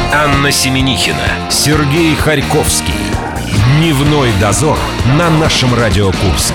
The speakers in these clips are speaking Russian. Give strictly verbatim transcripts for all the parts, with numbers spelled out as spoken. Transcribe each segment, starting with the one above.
Анна Семенихина, Сергей Харьковский. Дневной дозор на нашем Радио Курск.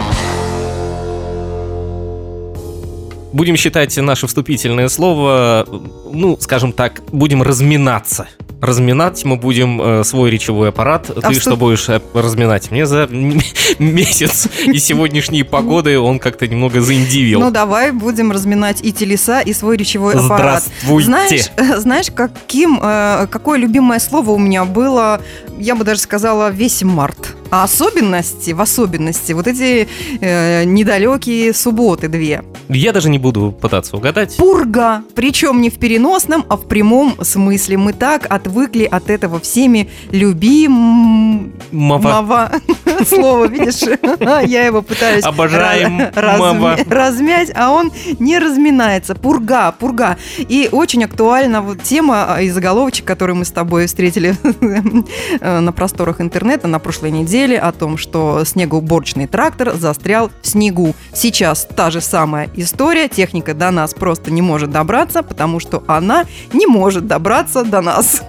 Будем считать наше вступительное слово, ну, скажем так, будем разминаться. Разминать мы будем э, свой речевой аппарат. А Ты вступ... что будешь разминать? Мне за месяц и сегодняшней погоды он как-то немного заиндивил. Ну, давай будем разминать и телеса, и свой речевой аппарат. Здравствуйте. Знаешь, знаешь каким, э, какое любимое слово у меня было, я бы даже сказала, весь март. А особенности, в особенности, вот эти э, недалекие субботы две. Я даже не буду пытаться угадать. Пурга. Причем не в переносном, а в прямом смысле. Мы так отвыкли от этого всеми любимого слова, видишь? Я его пытаюсь размять, а он не разминается. Пурга, пурга. И очень актуальна вот тема и заголовочек, который мы с тобой встретили на просторах интернета на прошлой неделе, о том, что снегоуборочный трактор застрял в снегу. Сейчас та же самая история. Техника до нас просто не может добраться, потому что она не может добраться до нас.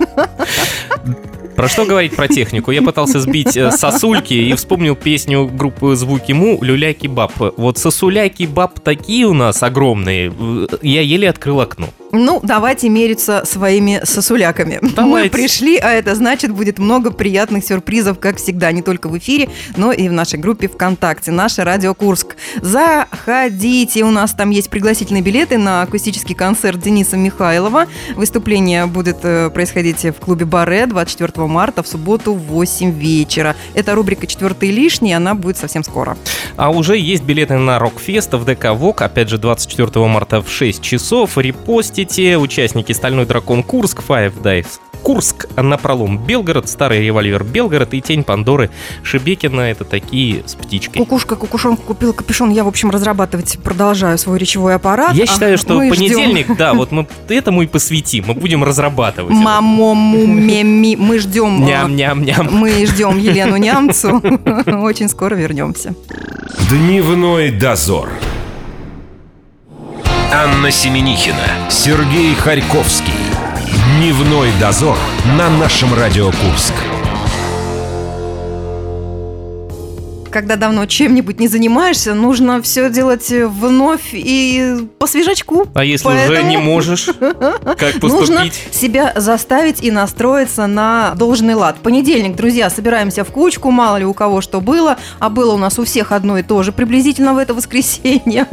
Про что говорить про технику? Я пытался сбить сосульки и вспомнил песню группы «Звуки Му» «Люля-кебаб». Вот сосуля-кебаб такие у нас огромные, я еле открыл окно. Ну, давайте мериться своими сосуляками. Давайте. Мы пришли, а это значит, будет много приятных сюрпризов, как всегда, не только в эфире, но и в нашей группе ВКонтакте, наше Радио Курск. Заходите, у нас там есть пригласительные билеты на акустический концерт Дениса Михайлова. Выступление будет происходить в клубе «Баре» двадцать четвёртого марта в субботу в восемь вечера. Это рубрика «Четвертый лишний», она будет совсем скоро. А уже есть билеты на Рокфест в ДК ВОК, опять же, двадцать четвёртого марта в шесть часов. Репостите. Участники «Стальной дракон Курск», Five Days Курск, напролом Белгород, Старый револьвер Белгород и Тень Пандоры Шебекина. Это такие с птичкой. Кукушка, кукушонка купила капюшон. Я, в общем, разрабатывать продолжаю свой речевой аппарат. Я считаю, а что понедельник, ждем... да, вот мы этому и посвятим. Мы будем разрабатывать. Мамому меми. Мы ждем... Ням-ням-ням. Мы ждем Елену Нямцу. Очень скоро вернемся. Дневной дозор. Анна Семенихина, Сергей Харьковский. Дневной дозор на нашем Радио Курск. Когда давно чем-нибудь не занимаешься, нужно все делать вновь и по свежачку. А если Поэтому... уже не можешь, как поступить? Нужно себя заставить и настроиться на должный лад. Понедельник, друзья, собираемся в кучку, мало ли у кого что было, а было у нас у всех одно и то же приблизительно в это воскресенье.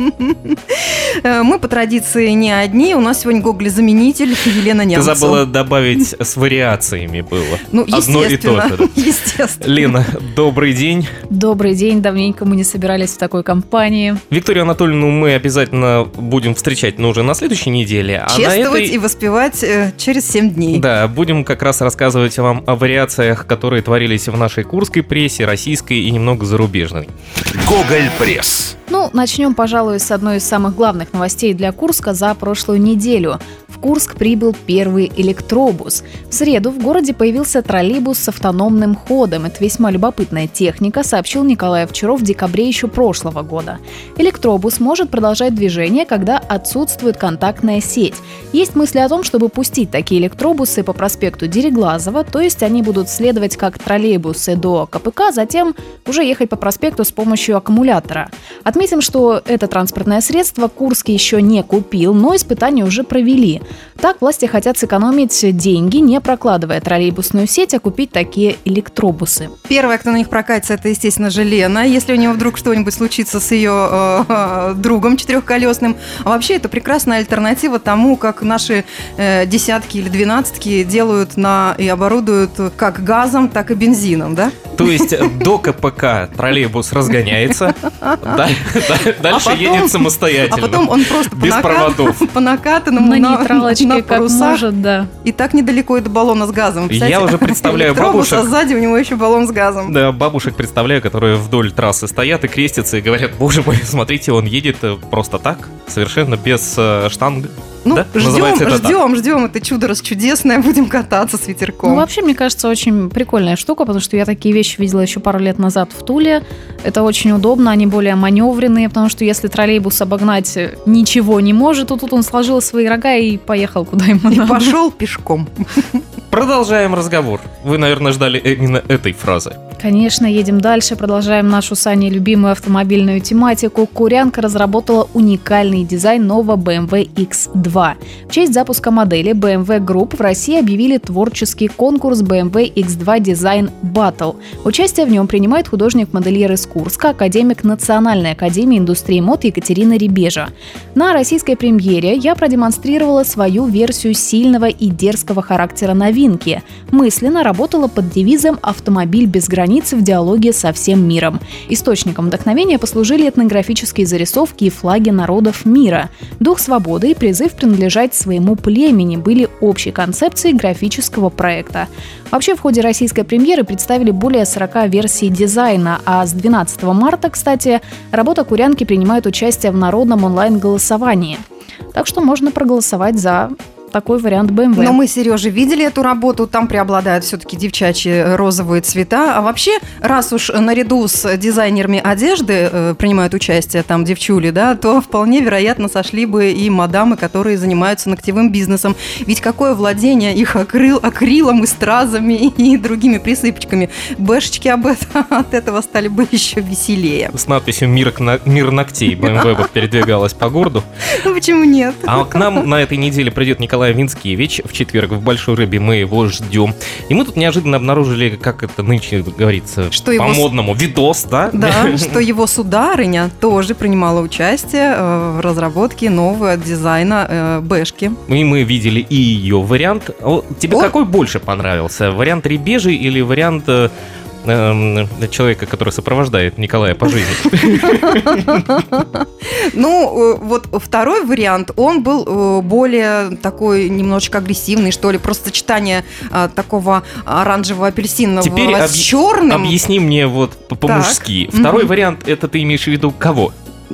Мы по традиции не одни, у нас сегодня гоголь-заменитель Елена Нямцева. Ты забыла добавить с вариациями было. Ну, одно и то же. Естественно. Лена, добрый день. Добрый день, давненько мы не собирались в такой компании. Викторию Анатольевну мы обязательно будем встречать, но уже на следующей неделе. Чествовать а на этой... и воспевать э, через семь дней. Да, будем как раз рассказывать вам о вариациях, которые творились в нашей курской прессе, российской и немного зарубежной. Гоголь пресс. Ну, начнем, пожалуй, с одной из самых главных новостей для Курска за прошлую неделю. В Курск прибыл первый электробус. В среду в городе появился троллейбус с автономным ходом. Это весьма любопытная техника, сообщил Николай Овчаров в декабре еще прошлого года. Электробус может продолжать движение, когда отсутствует контактная сеть. Есть мысли о том, чтобы пустить такие электробусы по проспекту Дереглазова, то есть они будут следовать как троллейбусы до КПК, затем уже ехать по проспекту с помощью аккумулятора. Отметим, что это транспортное средство Курск еще не купил, но испытания уже провели. Так, власти хотят сэкономить деньги, не прокладывая троллейбусную сеть, а купить такие электробусы. Первая, кто на них прокатится, это, естественно, же Лена. Если у нее вдруг что-нибудь случится с ее э, другом четырехколесным. А вообще, это прекрасная альтернатива тому, как наши э, десятки или двенадцатки делают на, и оборудуют как газом, так и бензином, да? То есть до КПК троллейбус разгоняется, дальше едет самостоятельно. А потом он просто без проводов. По накатанному на нейтралочке, как может, да. И так недалеко и до баллона с газом. Я уже представляю бабушек. А сзади у него еще баллон с газом. Да, бабушек представляю, БМВ, которые вдоль трассы стоят и крестятся и говорят: боже мой, смотрите, он едет просто так, совершенно без э, штанг. Ну, да? ждем, ждем, ждем, это чудо расчудесное, будем кататься с ветерком. Ну, вообще, мне кажется, очень прикольная штука, потому что я такие вещи видела еще пару лет назад в Туле. Это очень удобно, они более маневренные, потому что если троллейбус обогнать ничего не может, то тут он сложил свои рога и поехал куда ему и надо. И пошел пешком. Продолжаем разговор. Вы, наверное, ждали именно этой фразы. Конечно, едем дальше, продолжаем нашу с Аней любимую автомобильную тематику. Курянка разработала уникальный дизайн нового бэ эм вэ икс два. В честь запуска модели бэ эм вэ Group в России объявили творческий конкурс бэ эм вэ икс два Design Battle. Участие в нем принимает художник-модельер из Курска, академик Национальной академии индустрии мод Екатерина Ребежа. На российской премьере я продемонстрировала свою версию сильного и дерзкого характера новинки. Мысленно работала под девизом «Автомобиль без границ» в диалоге со всем миром. Источником вдохновения послужили этнографические зарисовки и флаги народов мира. Дух свободы и призыв принадлежать своему племени были общей концепцией графического проекта. Вообще, в ходе российской премьеры представили более сорока версий дизайна, а с двенадцатого марта, кстати, работа «Курянки» принимает участие в народном онлайн-голосовании. Так что можно проголосовать за такой вариант бэ эм вэ. Но мы, Сережа, видели эту работу, там преобладают все-таки девчачьи розовые цвета. А вообще, раз уж наряду с дизайнерами одежды э, принимают участие там девчули, да, то вполне вероятно сошли бы и мадамы, которые занимаются ногтевым бизнесом. Ведь какое владение их акрил, акрилом и стразами и другими присыпочками. Бэшечки об этом, от этого стали бы еще веселее. С надписью «Мир, мир ногтей» бэ эм вэ бы передвигалась по городу. Ну почему нет? А к нам на этой неделе придет Николай Винскевич в четверг в Большой Рыбе, мы его ждем. И мы тут неожиданно обнаружили, как это нынче говорится, что по-модному, его... видос, да? Да, что его сударыня тоже принимала участие в разработке нового дизайна бэшки. И мы видели и ее вариант. Тебе О! какой больше понравился? Вариант Ребежи или вариант... человека, который сопровождает Николая по жизни? Ну, вот второй вариант, он был более такой немножечко агрессивный, что ли, просто сочетание такого оранжевого апельсинового Теперь с черным. Объясни мне вот по-мужски. Второй вариант, это ты имеешь в виду кого?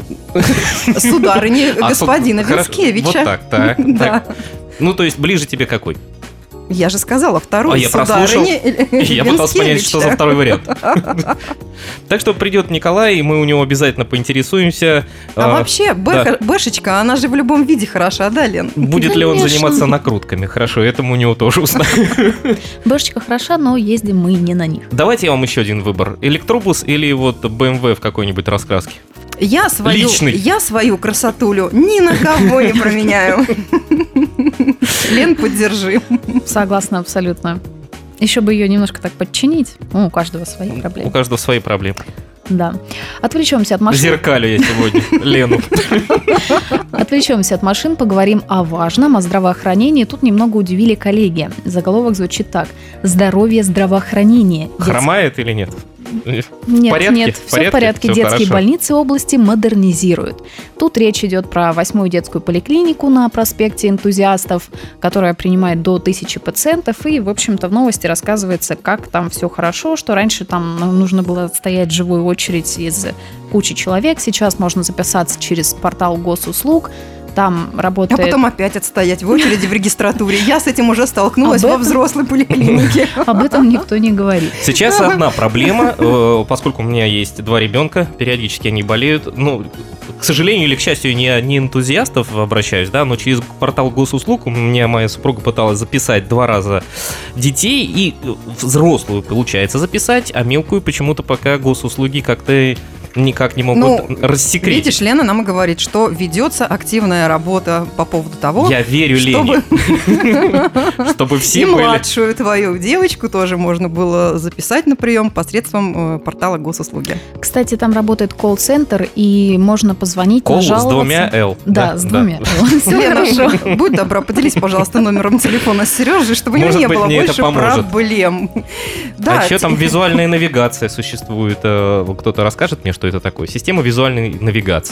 Сударыни господина Винскевича. Вот так, так, так. Ну, то есть ближе тебе какой? Я же сказала, второй а я прослушал. Я пытался понять, что за второй вариант. Так что придет Николай, и мы у него обязательно поинтересуемся. А вообще, бэшечка, она же в любом виде хороша, да, Лен? Будет ли он заниматься накрутками? Хорошо, этому у него тоже узнаем. Бэшечка хороша, но ездим мы не на них. Давайте я вам еще один выбор. Электробус или вот бэ эм вэ в какой-нибудь раскраске? Я свою, я свою красотулю ни на кого не променяю. Лен, поддержи. Согласна абсолютно. Еще бы ее немножко так подчинить. Ну, у каждого свои проблемы. У каждого свои проблемы. Да. Отвлечемся от машин. Зеркалю я сегодня Лену. Отвлечемся от машин, поговорим о важном, о здравоохранении. Тут немного удивили коллеги. Заголовок звучит так: здоровье, здравоохранение. Хромает или нет? Нет, порядке? нет, все порядке? в порядке. Все Детские хорошо. больницы области модернизируют. Тут речь идет про восьмую детскую поликлинику на проспекте Энтузиастов, которая принимает до тысячи пациентов. И, в общем-то, в новости рассказывается, как там все хорошо, что раньше там нужно было стоять в живую очередь из кучи человек. Сейчас можно записаться через портал госуслуг. Там работает... А потом опять отстоять в очереди в регистратуре. Я с этим уже столкнулась во взрослой поликлинике. Об этом никто не говорит. Сейчас одна проблема, поскольку у меня есть два ребенка, периодически они болеют. Ну, к сожалению или к счастью, не, не энтузиастов обращаюсь, да, но через портал госуслуг у меня моя супруга пыталась записать два раза детей, и взрослую получается записать, а мелкую почему-то пока госуслуги как-то никак не могут ну, рассекретить. Видишь, Лена нам и говорит, что ведется активная работа по поводу того, я верю чтобы... Лене, чтобы все и были... младшую твою девочку тоже можно было записать на прием посредством портала госуслуги. Кстати, там работает колл-центр, и можно позвонить, Колл нажаловаться. с двумя «Л». Да, да с двумя да. «Л». Все хорошо. Будь добра, поделись, пожалуйста, номером телефона с Сережей, чтобы Может у него не быть, было мне больше проблем. Да, а еще там визуальная навигация существует. Кто-то расскажет мне, что это такое? Система визуальной навигации.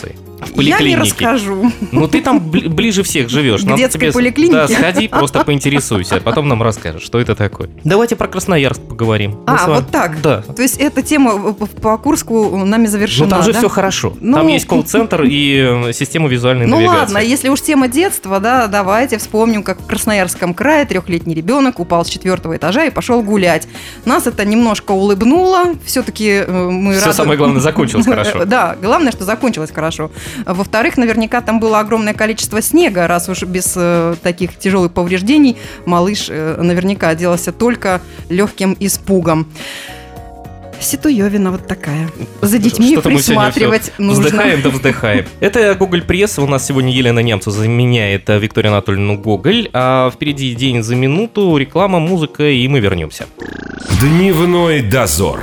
в поликлинике. Я не расскажу. Ну, ты там бли- ближе всех живешь. К Нам детской тебе... поликлинике? Да, сходи, просто поинтересуйся, а потом нам расскажешь, что это такое. Давайте про Красноярск поговорим. А, Мы с вами- вот так? Да. То есть эта тема по Курску нами завершена, Ну, там же да? все хорошо. Ну- Там есть колл-центр и э, система визуальной Ну навигации. ладно, если уж тема детства, да, давайте вспомним, как в Красноярском крае трехлетний ребенок упал с четвертого этажа и пошел гулять. Нас это немножко улыбнуло, все-таки мы Все рады- самое главное закончилось хорошо. Да, главное, что закончилось хорошо. Во-вторых, наверняка там было огромное количество снега, раз уж без э, таких тяжелых повреждений малыш э, наверняка оделся только легким испугом. Ситуевина вот такая. За детьми Что-то мы сегодня присматривать всё нужно. Вздыхаем да вздыхаем. Это Гоголь Пресс. У нас сегодня Елена Немцу заменяет э, Викторию Анатольевну Гоголь. А впереди день за минуту, реклама, музыка, и мы вернемся. Дневной дозор.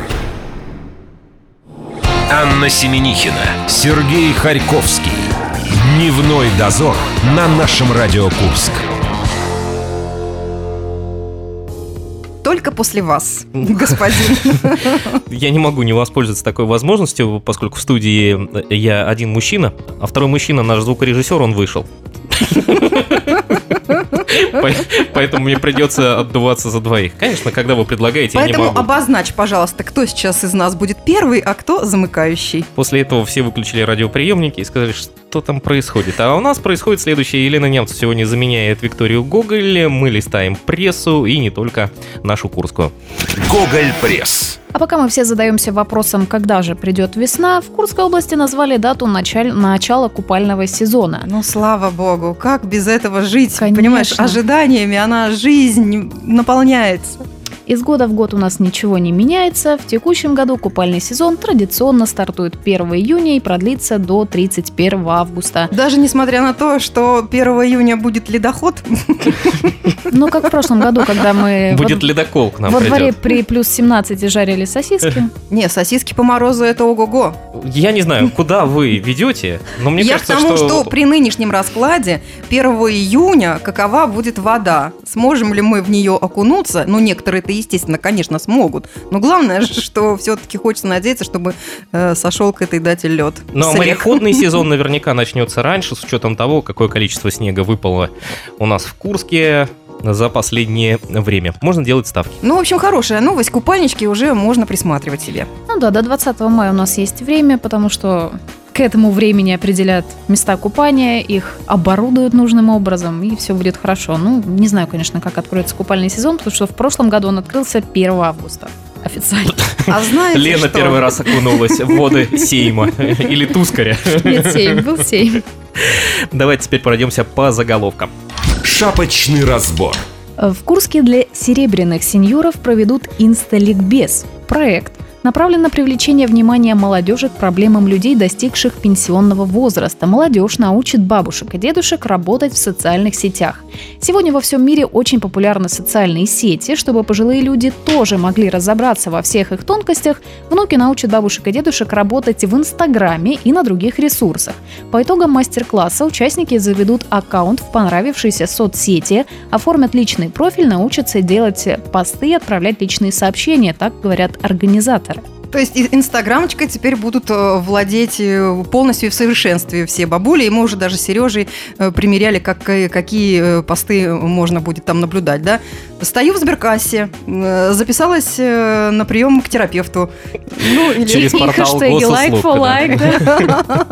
Анна Семенихина, Сергей Харьковский. Дневной дозор на нашем Радио Курск. Только после вас, господин. Я не могу не воспользоваться такой возможностью, поскольку в студии я один мужчина, а второй мужчина, наш звукорежиссер, он вышел. Поэтому мне придется отдуваться за двоих. Конечно, когда вы предлагаете, я не Поэтому могу. обозначь, пожалуйста, кто сейчас из нас будет первый, а кто замыкающий. После этого все выключили радиоприемники и сказали, что там происходит. А у нас происходит следующее. Елена Немцу сегодня заменяет Викторию Гоголь. Мы листаем прессу и не только нашу курскую. Гоголь Пресс. А пока мы все задаемся вопросом, когда же придет весна, в Курской области назвали дату началь... начала купального сезона. Ну, слава богу, как без этого жить? Конечно. Понимаешь, ожиданиями она жизнь наполняется. Из года в год у нас ничего не меняется. В текущем году купальный сезон традиционно стартует первого июня и продлится до тридцать первого августа. Даже несмотря на то, что первого июня будет ледоход. Ну, как в прошлом году, когда мы Будет во, ледокол к нам во дворе придет. при плюс семнадцать жарили сосиски. Не, сосиски по морозу это ого-го. Я не знаю, куда вы ведете, но мне Я кажется, к тому, что... что при нынешнем раскладе первого июня какова будет вода? Сможем ли мы в нее окунуться? Ну, некоторые-то, естественно, конечно, смогут. Но главное, что все-таки хочется надеяться, чтобы э, сошел к этой дате лед. Ну, а с рек. мореходный сезон наверняка начнется раньше, с учетом того, какое количество снега выпало у нас в Курске за последнее время. Можно делать ставки. Ну, в общем, хорошая новость. Купальнички уже можно присматривать себе. Ну да, до двадцатого мая у нас есть время, потому что к этому времени определят места купания, их оборудуют нужным образом, и все будет хорошо. Ну, не знаю, конечно, как откроется купальный сезон, потому что в прошлом году он открылся первого августа. Официально. А знаете Лена что? первый раз окунулась в воды Сейма или Тускаря. Нет, семь, был семь. Давайте теперь пройдемся по заголовкам. Шапочный разбор. В Курске для серебряных сеньоров проведут инсталикбез. Проект направлен на привлечение внимания молодежи к проблемам людей, достигших пенсионного возраста. Молодежь научит бабушек и дедушек работать в социальных сетях. Сегодня во всем мире очень популярны социальные сети. Чтобы пожилые люди тоже могли разобраться во всех их тонкостях, внуки научат бабушек и дедушек работать в Инстаграме и на других ресурсах. По итогам мастер-класса участники заведут аккаунт в понравившейся соцсети, оформят личный профиль, научатся делать посты и отправлять личные сообщения, так говорят организаторы. То есть и- инстаграмочкой теперь будут э, владеть э, полностью и в совершенстве все бабули. И мы уже даже с Сережей э, примеряли, как, э, какие э, посты можно будет там наблюдать. Да? Стою в сберкассе, э, записалась э, на прием к терапевту. Ну, или Через И портал хэштеги like госуслуг. for да. like, да.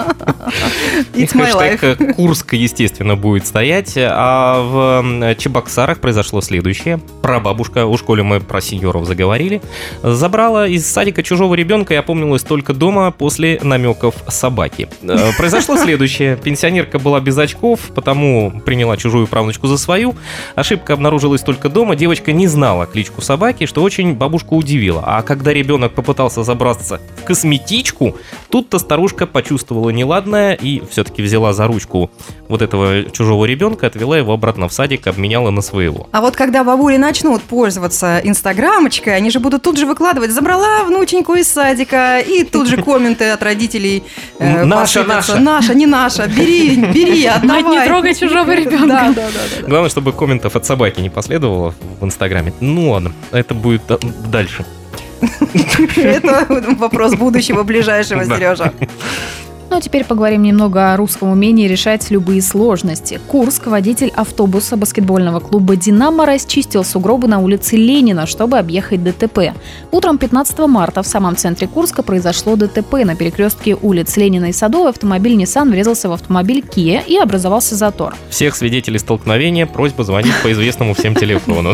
И It's my life. хэштег Курск, естественно, будет стоять. А в Чебоксарах произошло следующее. Прабабушка, у школе мы про сеньоров заговорили, забрала из садика чужого ребенка и опомнилась только дома после намеков собаки. Э, Произошло следующее. Пенсионерка была без очков, потому приняла чужую правнучку за свою. Ошибка обнаружилась только дома. Девочка не знала кличку собаки, что очень бабушку удивило. А когда ребенок попытался забраться в косметичку, тут-то старушка почувствовала неладное и все-таки взяла за ручку вот этого чужого ребенка, отвела его обратно в садик, обменяла на своего. А вот когда бабули начнут пользоваться инстаграмочкой, они же будут тут же выкладывать: забрала внученьку из садика, и тут же комменты от родителей э, Наша, посыпятся. наша. Наша, не наша, бери, бери, отдавай. Мать, не трогай чужого ребенка. Да, да, да, да. Главное, чтобы комментов от собаки не последовало в Инстаграме. Ну ладно, это будет да- дальше. Это вопрос будущего, ближайшего, Да. Сережа. Ну а теперь поговорим немного о русском умении решать любые сложности. Курск, водитель автобуса баскетбольного клуба «Динамо» расчистил сугробы на улице Ленина, чтобы объехать ДТП. Утром пятнадцатого марта в самом центре Курска произошло ДТП. На перекрестке улиц Ленина и Садовой автомобиль Nissan врезался в автомобиль Kia и образовался затор. Всех свидетелей столкновения просьба звонить по известному всем телефону.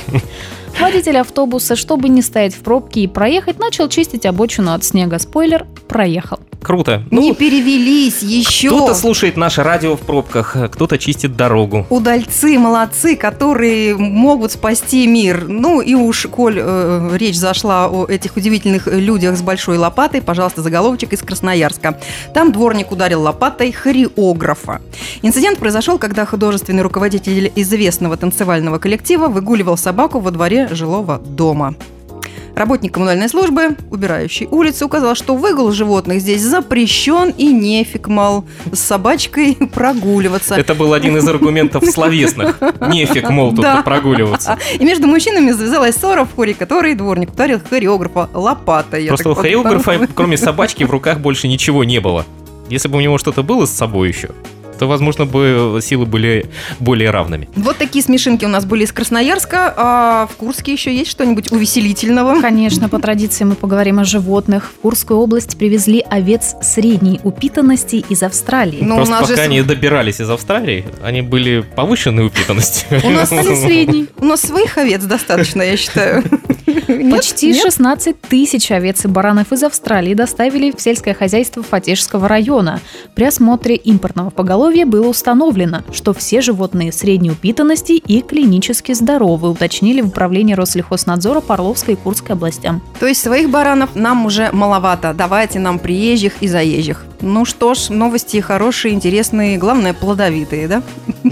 Водитель автобуса, чтобы не стоять в пробке и проехать, начал чистить обочину от снега. Спойлер – проехал. Круто. Не Ну, перевелись еще. кто-то слушает наше радио в пробках, кто-то чистит дорогу. Удальцы, молодцы, которые могут спасти мир. Ну и уж, коль э, речь зашла о этих удивительных людях с большой лопатой, пожалуйста, заголовочек из Красноярска. Там дворник ударил лопатой хореографа. Инцидент произошел, когда художественный руководитель известного танцевального коллектива выгуливал собаку во дворе жилого дома. Работник коммунальной службы, убирающий улицу, указал, что выгул животных здесь запрещен и нефиг, мол, с собачкой прогуливаться. Это был один из аргументов словесных. Нефиг, мол, тут Да. прогуливаться. И между мужчинами завязалась ссора, в хоре которой дворник ударил хореографа лопатой. Я Просто у так хореографа, подумала. кроме собачки, в руках больше ничего не было. Если бы у него что-то было с собой еще, то, возможно, бы силы были более равными. Вот такие смешинки у нас были из Красноярска. А в Курске еще есть что-нибудь увеселительного? Конечно, по традиции мы поговорим о животных. В Курскую область привезли овец средней упитанности из Австралии. Ну, у Просто нас же пока с- они добирались из Австралии, они были повышенной упитанности. У нас Или средний. У нас своих овец достаточно, я считаю. Нет? Почти Нет? шестнадцать тысяч овец и баранов из Австралии доставили в сельское хозяйство Фатежского района. При осмотре импортного поголовья было установлено, что все животные средней упитанности и клинически здоровы, уточнили в управлении Россельхознадзора по Орловской и Курской областям. То есть своих баранов нам уже маловато. Давайте нам приезжих и заезжих. Ну что ж, новости хорошие, интересные, главное, плодовитые, да?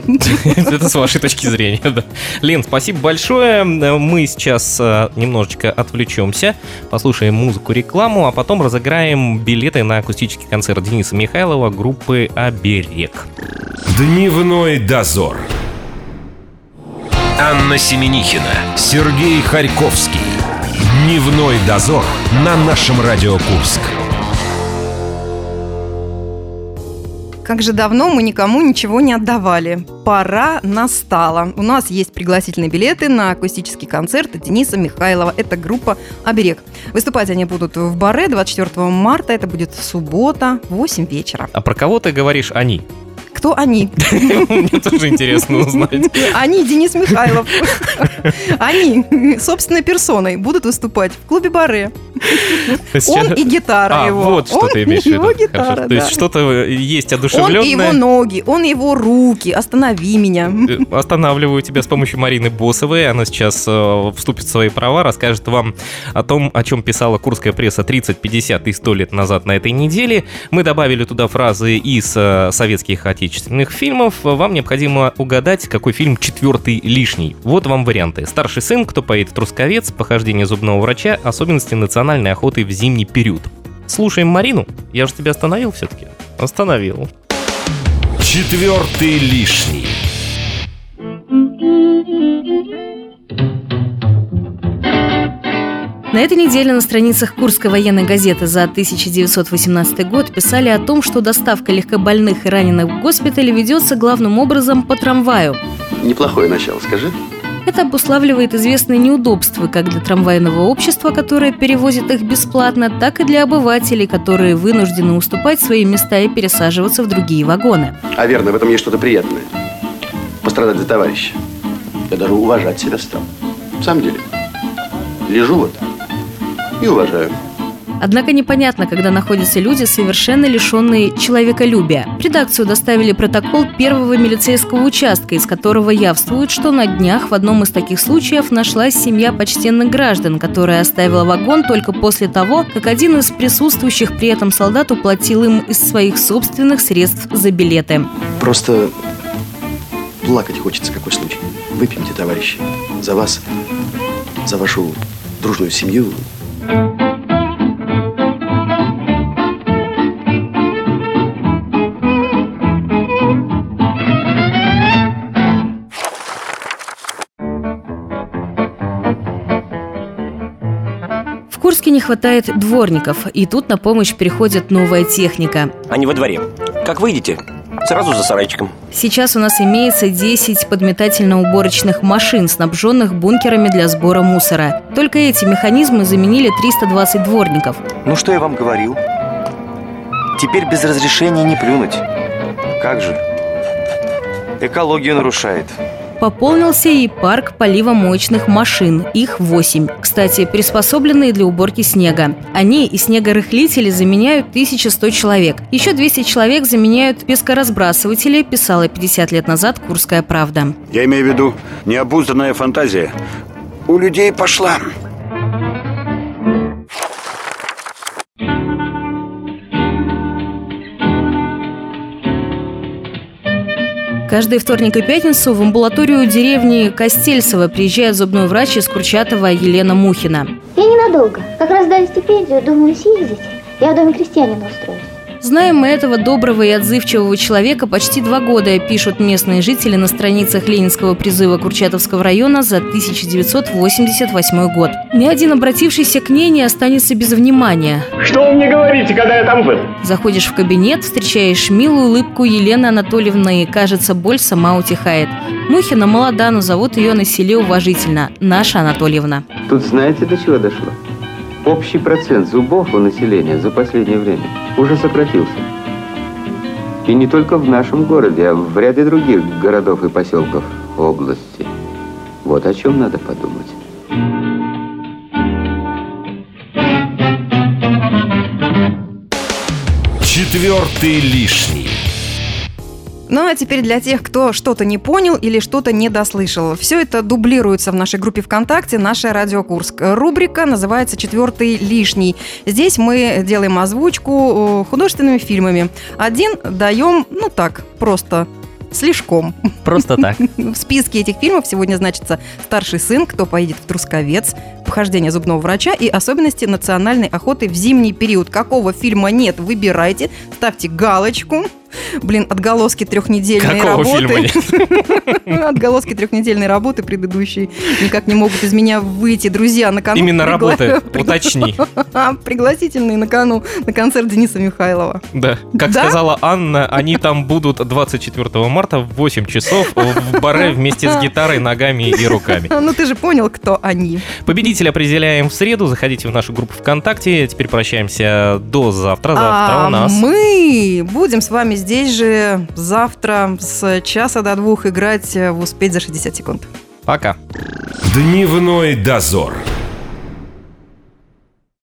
Это с вашей точки зрения, да. Лен, спасибо большое. Мы сейчас э, немножечко отвлечемся, послушаем музыку, рекламу, а потом разыграем билеты на акустический концерт Дениса Михайлова группы «Оберег». Дневной дозор. Анна Семенихина, Сергей Харьковский. Дневной дозор на нашем Радио Курск. Как же давно мы никому ничего не отдавали. Пора настала. У нас есть пригласительные билеты на акустический концерт Дениса Михайлова. Это группа «Оберег». Выступать они будут в Баре двадцать четвёртого марта. Это будет суббота, восемь вечера. А про кого ты говоришь «они»? Кто они? Мне тоже интересно узнать. Они, Денис Михайлов. Они, собственной персоной, будут выступать в клубе «Баре». Он и гитара А, его. вот что Он ты имеешь в и виду. его гитара, Хорошо. То да. есть что-то есть Он и его одушевленное. ноги, он и его руки. Останови меня. Э, Останавливаю тебя с помощью Марины Босовой. Она сейчас э, вступит в свои права, расскажет вам о том, о чем писала курская пресса тридцать, пятьдесят и сто лет назад на этой неделе. Мы добавили туда фразы из э, советских отечественных фильмов. Вам необходимо угадать, какой фильм четвертый лишний. Вот вам варианты. «Старший сын», «Кто поедет в Трусковец», «Похождение зубного врача», «Особенности национальной охоты в зимний период». Слушаем Марину. Я же тебя остановил все-таки. Остановил. Четвертый лишний. На этой неделе на страницах Курской военной газеты за тысяча девятьсот восемнадцатый год писали о том, что доставка легкобольных и раненых в госпиталь ведется главным образом по трамваю. Неплохое начало, скажи. Это обуславливает известные неудобства как для трамвайного общества, которое перевозит их бесплатно, так и для обывателей, которые вынуждены уступать свои места и пересаживаться в другие вагоны. А верно, в этом есть что-то приятное. Пострадать за товарища. Я даже уважать себя стал. В самом деле. Лежу вот и уважаю. Однако непонятно, когда находятся люди, совершенно лишенные человеколюбия. В редакцию доставили протокол первого милицейского участка, из которого явствует, что на днях в одном из таких случаев нашлась семья почтенных граждан, которая оставила вагон только после того, как один из присутствующих при этом солдат уплатил им из своих собственных средств за билеты. Просто плакать хочется, какой случай. Выпьемте, товарищи. За вас, за вашу дружную семью. В Курске не хватает дворников, и тут на помощь приходит новая техника. Они во дворе. Как выйдете, сразу за сарайчиком. Сейчас у нас имеется десять подметательно-уборочных машин, снабженных бункерами для сбора мусора. Только эти механизмы заменили триста двадцать дворников. Ну что я вам говорил? Теперь без разрешения не плюнуть. Как же? Экологию нарушает. Пополнился и парк поливомоечных машин. Их восемь. Кстати, приспособленные для уборки снега. Они и снегорыхлители заменяют тысяча сто человек. Еще двести человек заменяют пескоразбрасыватели, писала пятьдесят лет назад «Курская правда». Я имею в виду необузданная фантазия. У людей пошла. Каждый вторник и пятницу в амбулаторию деревни Костельцево приезжает зубной врач из Курчатова Елена Мухина. Я ненадолго. Как раз дали стипендию, думаю съездить. Я в доме крестьянина устроюсь. Знаем мы этого доброго и отзывчивого человека почти два года, пишут местные жители на страницах Ленинского призыва Курчатовского района за тысяча девятьсот восемьдесят восьмой год. Ни один обратившийся к ней не останется без внимания. Что вы мне говорите, когда я там был? Заходишь в кабинет, встречаешь милую улыбку Елены Анатольевны, и, кажется, боль сама утихает. Мухина молода, но зовут ее на селе уважительно – Наша Анатольевна. Тут знаете, до чего дошло? Общий процент зубов у населения за последнее время уже сократился. И не только в нашем городе, а в ряде других городов и поселков области. Вот о чем надо подумать. Четвертый лишний. Ну а теперь для тех, кто что-то не понял или что-то не дослышал. Все это дублируется в нашей группе ВКонтакте «Наша Радио Курск». Рубрика называется «Четвертый лишний». Здесь мы делаем озвучку художественными фильмами. Один даем, ну так, просто слишком. Просто так. В списке этих фильмов сегодня значится «Старший сын», «Кто поедет в Трусковец», «Похождение зубного врача» и «Особенности национальной охоты в зимний период». Какого фильма нет, выбирайте, ставьте галочку. Блин, отголоски трехнедельной Какого работы. фильма нет? Отголоски трехнедельной работы предыдущей никак не могут из меня выйти. Друзья, на кону... Именно пригла... работы, уточни. Пригласительные на кону на концерт Дениса Михайлова. Да, как Да? сказала Анна, они там будут двадцать четвёртого марта в восемь часов в баре вместе с гитарой, ногами и руками. Ну ты же понял, кто они. Победителя определяем в среду. Заходите в нашу группу ВКонтакте. Теперь прощаемся до завтра. Завтра А у нас... мы будем с вами здесь же завтра с часа до двух играть в «Успеть за шестьдесят секунд». Пока. Дневной дозор.